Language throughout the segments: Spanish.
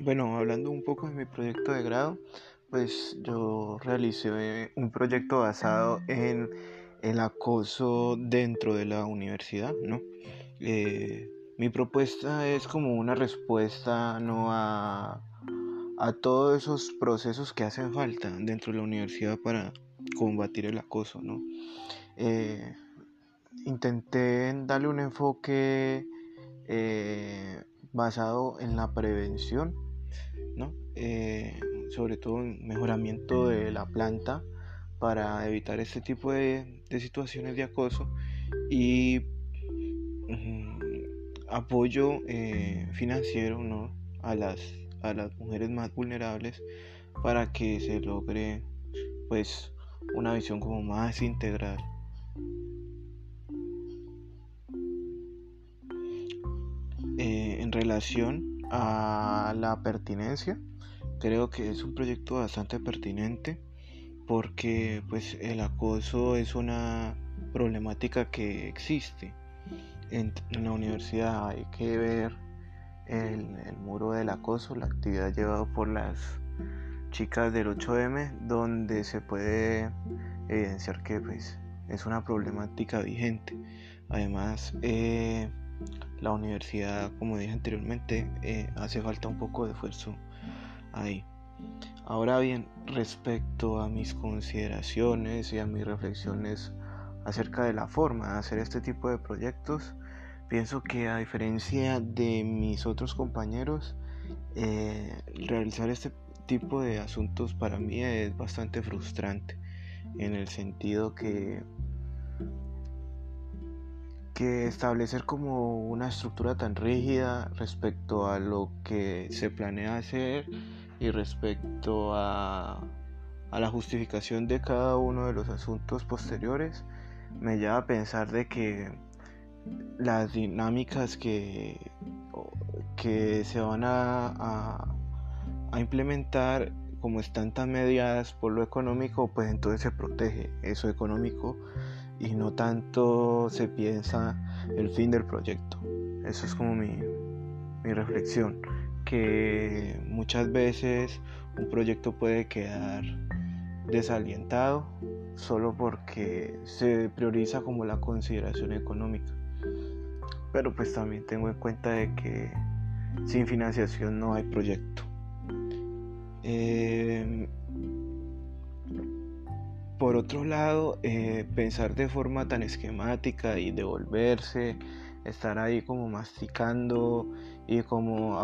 Bueno, hablando un poco de mi proyecto de grado, pues yo realicé un proyecto basado en el acoso dentro de la universidad, ¿no? Mi propuesta es como una respuesta, ¿no? a todos esos procesos que hacen falta dentro de la universidad para combatir el acoso, ¿no? Eh, Intenté darle un enfoque basado en la prevención, ¿no? Sobre todo en mejoramiento de la planta para evitar este tipo de situaciones de acoso y apoyo financiero, ¿no? a las mujeres más vulnerables para que se logre pues una visión como más integral. En relación a la pertinencia, creo que es un proyecto bastante pertinente porque pues el acoso es una problemática que existe en la universidad. Hay que ver el muro del acoso, la actividad llevada por las chicas del 8M, donde se puede evidenciar que pues es una problemática vigente. Además, la universidad, como dije anteriormente, hace falta un poco de esfuerzo ahí. Ahora bien, respecto a mis consideraciones y a mis reflexiones acerca de la forma de hacer este tipo de proyectos, pienso que a diferencia de mis otros compañeros, realizar este tipo de asuntos para mí es bastante frustrante, en el sentido que establecer como una estructura tan rígida respecto a lo que se planea hacer y respecto a la justificación de cada uno de los asuntos posteriores me lleva a pensar de que las dinámicas que se van a implementar, como están tan mediadas por lo económico, pues entonces se protege eso económico y no tanto se piensa el fin del proyecto. Eso es como mi reflexión, que muchas veces un proyecto puede quedar desalientado solo porque se prioriza como la consideración económica. Pero pues también tengo en cuenta de que sin financiación no hay proyecto. Por otro lado, pensar de forma tan esquemática y devolverse, estar ahí como masticando y como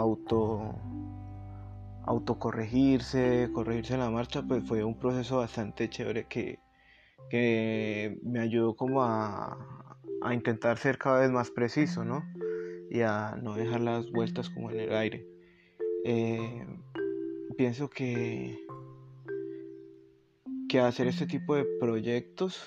corregirse en la marcha, pues fue un proceso bastante chévere que me ayudó como a intentar ser cada vez más preciso, ¿no? Y a no dejar las vueltas como en el aire. Eh, Pienso que hacer este tipo de proyectos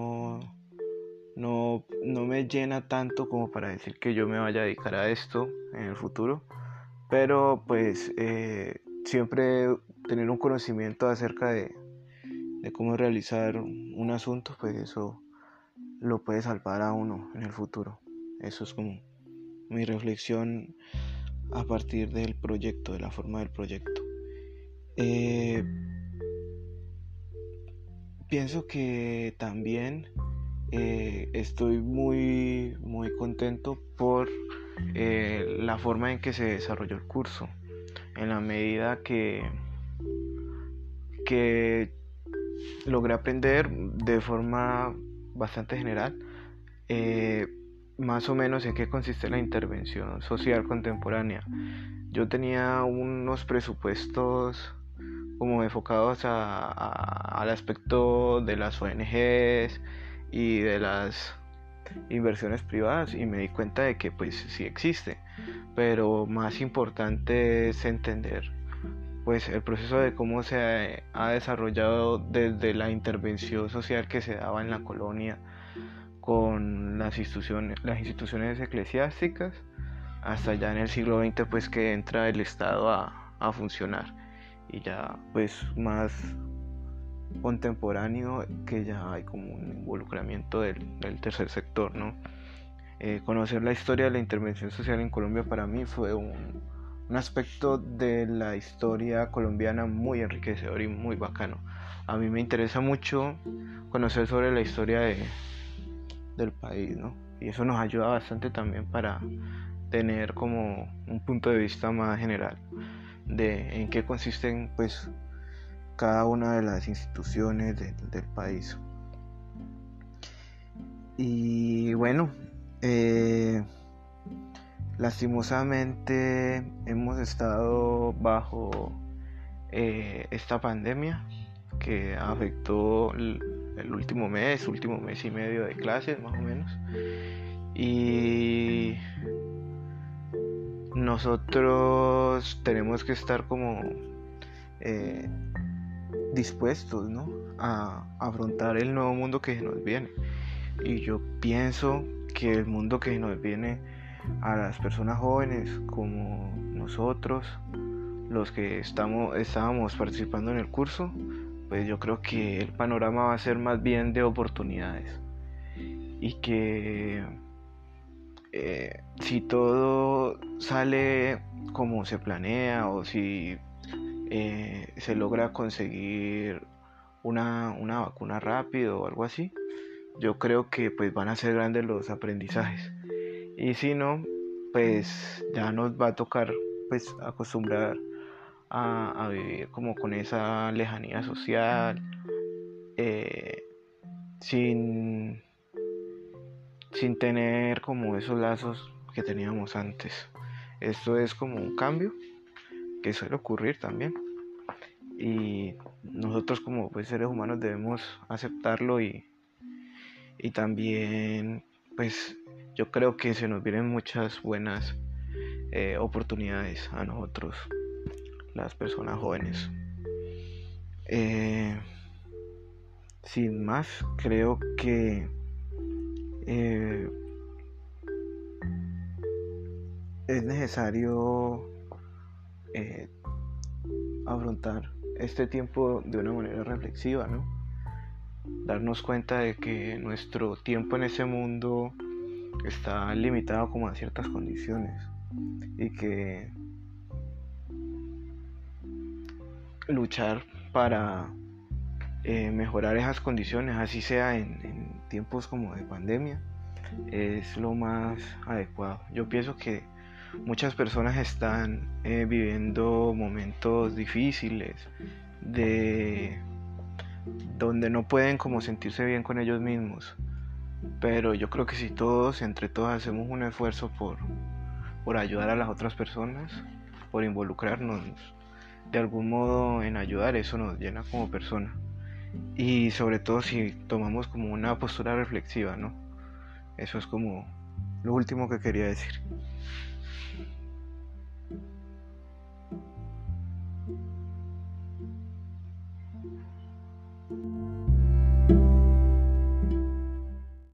no me llena tanto como para decir que yo me vaya a dedicar a esto en el futuro, pero pues siempre tener un conocimiento acerca de cómo realizar un asunto, pues eso lo puede salvar a uno en el futuro. Eso es como mi reflexión a partir del proyecto, de la forma del proyecto. Eh, Pienso que también estoy muy contento por la forma en que se desarrolló el curso, en la medida que logré aprender de forma bastante general, eh, más o menos en qué consiste la intervención social contemporánea. Yo tenía unos presupuestos como enfocados al aspecto de las ONGs y de las inversiones privadas, y me di cuenta de que pues sí existe, pero más importante es entender pues el proceso de cómo se ha desarrollado desde la intervención social que se daba en la colonia con las instituciones eclesiásticas hasta ya en el siglo XX pues que entra el Estado a funcionar, y ya pues más contemporáneo que ya hay como un involucramiento del tercer sector, ¿no? Conocer la historia de la intervención social en Colombia para mí fue un aspecto de la historia colombiana muy enriquecedor y muy bacano. A mí me interesa mucho conocer sobre la historia del país, ¿no? Y eso nos ayuda bastante también para tener como un punto de vista más general de en qué consisten pues cada una de las instituciones del país. Y bueno, lastimosamente hemos estado bajo esta pandemia que afectó el último mes y medio de clases más o menos. Y nosotros tenemos que estar como dispuestos, ¿no?, a afrontar el nuevo mundo que nos viene. Y yo pienso que el mundo que nos viene a las personas jóvenes como nosotros, los que estábamos participando en el curso, pues yo creo que el panorama va a ser más bien de oportunidades y que si todo sale como se planea o si se logra conseguir una vacuna rápido o algo así, yo creo que pues van a ser grandes los aprendizajes. Y si no, pues ya nos va a tocar pues acostumbrar a vivir como con esa lejanía social, eh, sin, sin tener como esos lazos que teníamos antes. Esto es como un cambio que suele ocurrir también. Y nosotros como pues seres humanos debemos aceptarlo y también pues yo creo que se nos vienen muchas buenas oportunidades a nosotros, las personas jóvenes. Sin más, creo que eh, es necesario eh, afrontar este tiempo de una manera reflexiva, ¿no? Darnos cuenta de que nuestro tiempo en ese mundo está limitado como a ciertas condiciones y que luchar para mejorar esas condiciones, así sea en tiempos como de pandemia, es lo más adecuado. Yo pienso que muchas personas están viviendo momentos difíciles de donde no pueden como sentirse bien con ellos mismos, pero yo creo que si todos, entre todos, hacemos un esfuerzo por ayudar a las otras personas, por involucrarnos de algún modo en ayudar, eso nos llena como persona. Y sobre todo si tomamos como una postura reflexiva, ¿no? Eso es como lo último que quería decir.